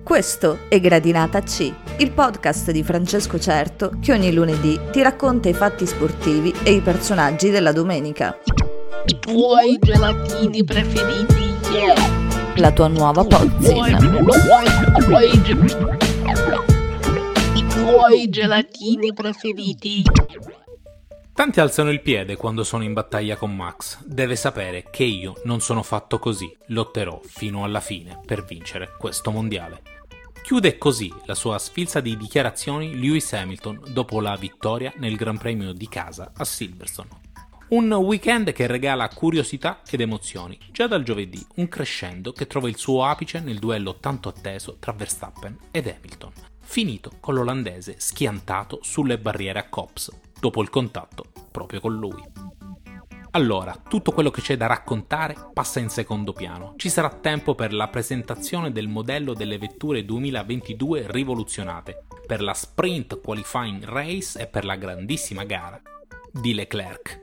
Questo è Gradinata C, il podcast di Francesco Certo che ogni lunedì ti racconta i fatti sportivi e i personaggi della domenica. I tuoi gelatini preferiti, La tua nuova pozzina. I tuoi gelatini preferiti. Tanti alzano il piede quando sono in battaglia con Max. Deve sapere che io non sono fatto così. Lotterò fino alla fine per vincere questo mondiale. Chiude così la sua sfilza di dichiarazioni Lewis Hamilton dopo la vittoria nel Gran Premio di casa a Silverstone. Un weekend che regala curiosità ed emozioni. Già dal giovedì un crescendo che trova il suo apice nel duello tanto atteso tra Verstappen ed Hamilton, finito con l'olandese schiantato sulle barriere a Copse, dopo il contatto proprio con lui. Allora, tutto quello che c'è da raccontare passa in secondo piano. Ci sarà tempo per la presentazione del modello delle vetture 2022 rivoluzionate, per la Sprint Qualifying Race e per la grandissima gara di Leclerc.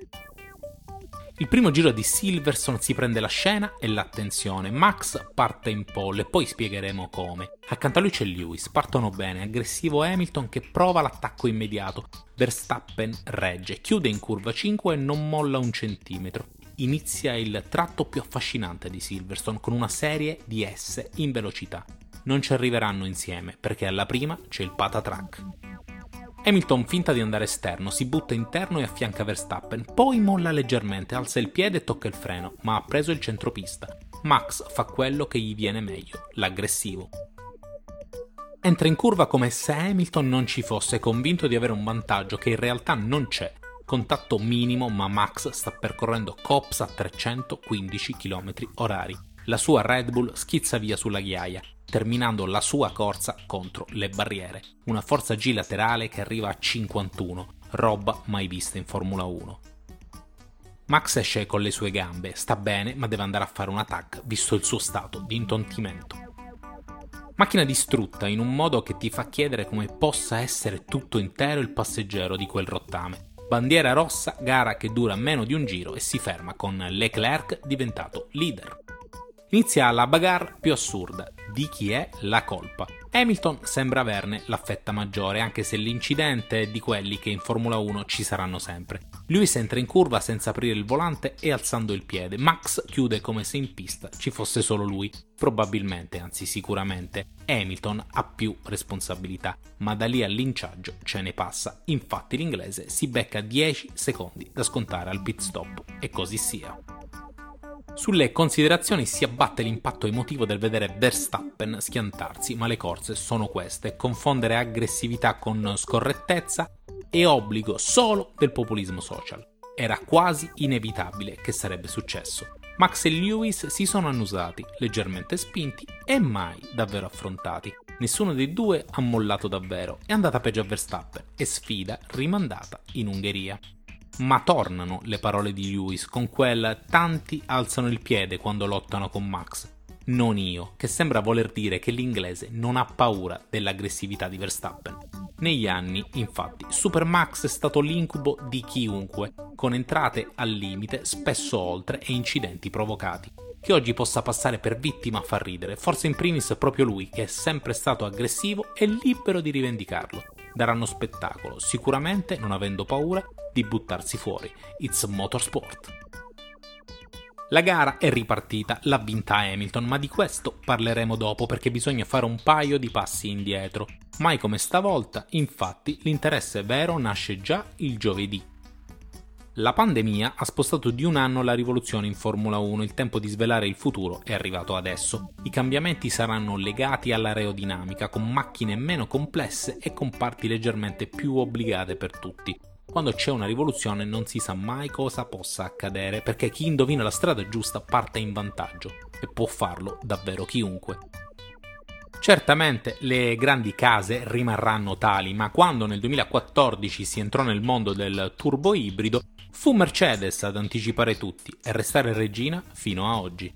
Il primo giro di Silverstone si prende la scena e l'attenzione. Max parte in pole e poi spiegheremo come. Accanto a lui c'è Lewis, partono bene, aggressivo Hamilton che prova l'attacco immediato. Verstappen regge, chiude in curva 5 e non molla un centimetro. Inizia il tratto più affascinante di Silverstone con una serie di S in velocità. Non ci arriveranno insieme perché alla prima c'è il patatrack. Hamilton finta di andare esterno, si butta interno e affianca Verstappen, poi molla leggermente, alza il piede e tocca il freno, ma ha preso il centropista. Max fa quello che gli viene meglio, l'aggressivo. Entra in curva come se Hamilton non ci fosse, convinto di avere un vantaggio che in realtà non c'è. Contatto minimo, ma Max sta percorrendo Copse a 315 km/h. La sua Red Bull schizza via sulla ghiaia, terminando la sua corsa contro le barriere. Una forza G laterale che arriva a 51, roba mai vista in Formula 1. Max esce con le sue gambe, sta bene ma deve andare a fare un attack visto il suo stato di intontimento. Macchina distrutta in un modo che ti fa chiedere come possa essere tutto intero il passeggero di quel rottame. Bandiera rossa, gara che dura meno di un giro e si ferma con Leclerc diventato leader. Inizia la bagarre più assurda, di chi è la colpa. Hamilton sembra averne l'affetta maggiore, anche se l'incidente è di quelli che in Formula 1 ci saranno sempre. Lewis entra in curva senza aprire il volante e alzando il piede. Max chiude come se in pista ci fosse solo lui. Probabilmente, anzi sicuramente, Hamilton ha più responsabilità, ma da lì al linciaggio ce ne passa. Infatti l'inglese si becca 10 secondi da scontare al pit stop e così sia. Sulle considerazioni si abbatte l'impatto emotivo del vedere Verstappen schiantarsi, ma le corse sono queste: confondere aggressività con scorrettezza è obbligo solo del populismo social. Era quasi inevitabile che sarebbe successo. Max e Lewis si sono annusati, leggermente spinti e mai davvero affrontati. Nessuno dei due ha mollato davvero, è andata peggio a Verstappen e sfida rimandata in Ungheria. Ma tornano le parole di Lewis con quel "tanti alzano il piede quando lottano con Max, non io", che sembra voler dire che l'inglese non ha paura dell'aggressività di Verstappen. Negli anni, infatti, Super Max è stato l'incubo di chiunque, con entrate al limite, spesso oltre, e incidenti provocati. Che oggi possa passare per vittima fa ridere, forse in primis proprio lui, che è sempre stato aggressivo e libero di rivendicarlo. Daranno spettacolo, sicuramente non avendo paura di buttarsi fuori. It's motorsport. La gara è ripartita, l'ha vinta Hamilton, ma di questo parleremo dopo perché bisogna fare un paio di passi indietro. Mai come stavolta, infatti, l'interesse vero nasce già il giovedì. La pandemia ha spostato di un anno la rivoluzione in Formula 1, il tempo di svelare il futuro è arrivato adesso. I cambiamenti saranno legati all'aerodinamica, con macchine meno complesse e con parti leggermente più obbligate per tutti. Quando c'è una rivoluzione non si sa mai cosa possa accadere, perché chi indovina la strada giusta parte in vantaggio, e può farlo davvero chiunque. Certamente le grandi case rimarranno tali, ma quando nel 2014 si entrò nel mondo del turbo ibrido, fu Mercedes ad anticipare tutti e restare regina fino a oggi.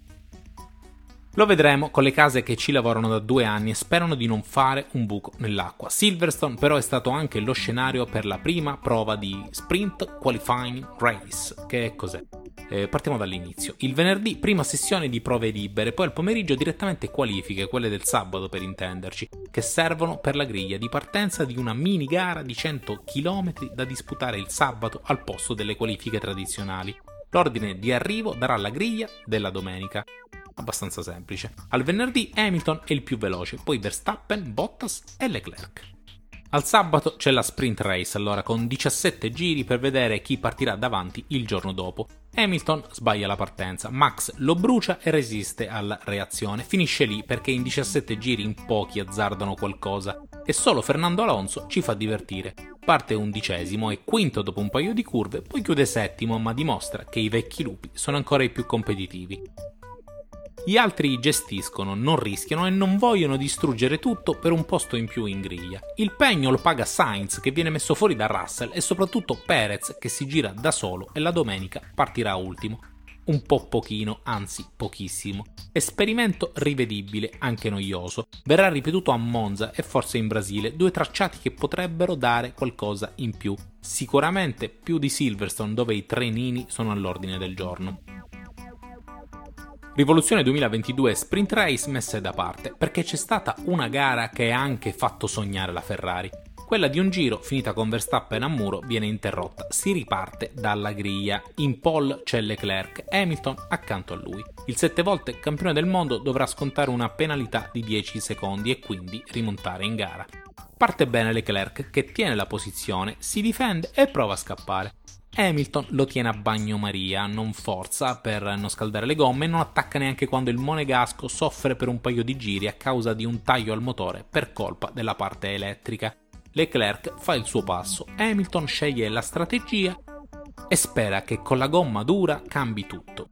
Lo vedremo con le case che ci lavorano da 2 anni e sperano di non fare un buco nell'acqua. Silverstone però è stato anche lo scenario per la prima prova di Sprint Qualifying Race. Che cos'è? Partiamo dall'inizio. Il venerdì prima sessione di prove libere, poi al pomeriggio direttamente qualifiche, quelle del sabato per intenderci, che servono per la griglia di partenza di una mini gara di 100 km da disputare il sabato al posto delle qualifiche tradizionali. L'ordine di arrivo darà la griglia della domenica. Abbastanza semplice. Al venerdì Hamilton è il più veloce, poi Verstappen, Bottas e Leclerc. Al sabato c'è la sprint race, allora con 17 giri per vedere chi partirà davanti il giorno dopo. Hamilton sbaglia la partenza, Max lo brucia e resiste alla reazione. Finisce lì perché in 17 giri in pochi azzardano qualcosa e solo Fernando Alonso ci fa divertire. Parte 11° e quinto dopo un paio di curve, poi chiude 7° ma dimostra che i vecchi lupi sono ancora i più competitivi. Gli altri gestiscono, non rischiano e non vogliono distruggere tutto per un posto in più in griglia. Il pegno lo paga Sainz, che viene messo fuori da Russell, e soprattutto Perez, che si gira da solo e la domenica partirà ultimo. Un po' pochino, anzi pochissimo. Esperimento rivedibile, anche noioso. Verrà ripetuto a Monza e forse in Brasile, 2 tracciati che potrebbero dare qualcosa in più. Sicuramente più di Silverstone, dove i trenini sono all'ordine del giorno. Rivoluzione 2022 sprint race messe da parte, perché c'è stata una gara che ha anche fatto sognare la Ferrari. Quella di un giro, finita con Verstappen a muro, viene interrotta. Si riparte dalla griglia. In pole c'è Leclerc, Hamilton accanto a lui. Il 7 volte campione del mondo dovrà scontare una penalità di 10 secondi e quindi rimontare in gara. Parte bene Leclerc, che tiene la posizione, si difende e prova a scappare. Hamilton lo tiene a bagnomaria, non forza per non scaldare le gomme e non attacca neanche quando il monegasco soffre per un paio di giri a causa di un taglio al motore per colpa della parte elettrica. Leclerc fa il suo passo, Hamilton sceglie la strategia e spera che con la gomma dura cambi tutto.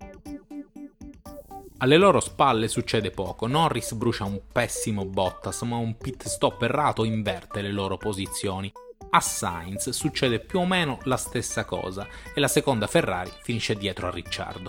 Alle loro spalle succede poco, Norris brucia un pessimo Bottas, ma un pit stop errato inverte le loro posizioni. A Sainz succede più o meno la stessa cosa e la seconda Ferrari finisce dietro a Ricciardo.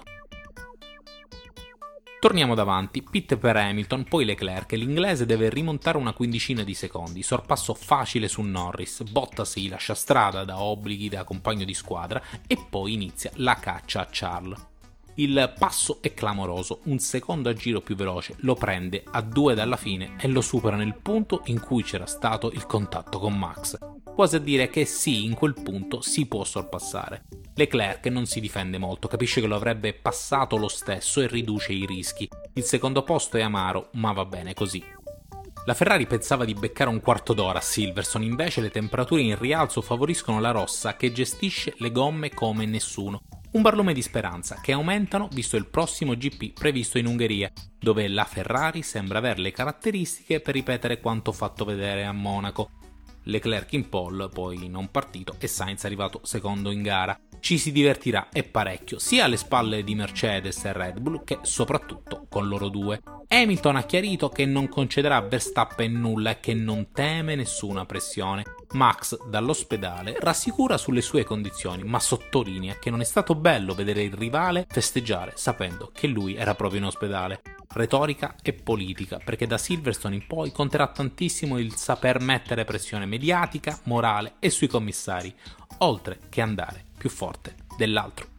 Torniamo davanti, pit per Hamilton, poi Leclerc, l'inglese deve rimontare una quindicina di secondi, sorpasso facile su Norris, Bottas gli lascia strada da obblighi da compagno di squadra e poi inizia la caccia a Charles. Il passo è clamoroso, un secondo a giro più veloce, lo prende a 2 dalla fine e lo supera nel punto in cui c'era stato il contatto con Max. Quasi a dire che sì, in quel punto si può sorpassare. Leclerc non si difende molto, capisce che lo avrebbe passato lo stesso e riduce i rischi. Il secondo posto è amaro, ma va bene così. La Ferrari pensava di beccare un quarto d'ora a Silverstone, invece le temperature in rialzo favoriscono la rossa che gestisce le gomme come nessuno. Un barlume di speranza che aumentano visto il prossimo GP previsto in Ungheria, dove la Ferrari sembra avere le caratteristiche per ripetere quanto fatto vedere a Monaco. Leclerc in pole, poi non partito, e Sainz arrivato secondo in gara. Ci si divertirà e parecchio, sia alle spalle di Mercedes e Red Bull che soprattutto con loro due. Hamilton ha chiarito che non concederà a Verstappen nulla e che non teme nessuna pressione. Max dall'ospedale rassicura sulle sue condizioni, ma sottolinea che non è stato bello vedere il rivale festeggiare sapendo che lui era proprio in ospedale. Retorica e politica, perché da Silverstone in poi conterà tantissimo il saper mettere pressione mediatica, morale e sui commissari, oltre che andare più forte dell'altro.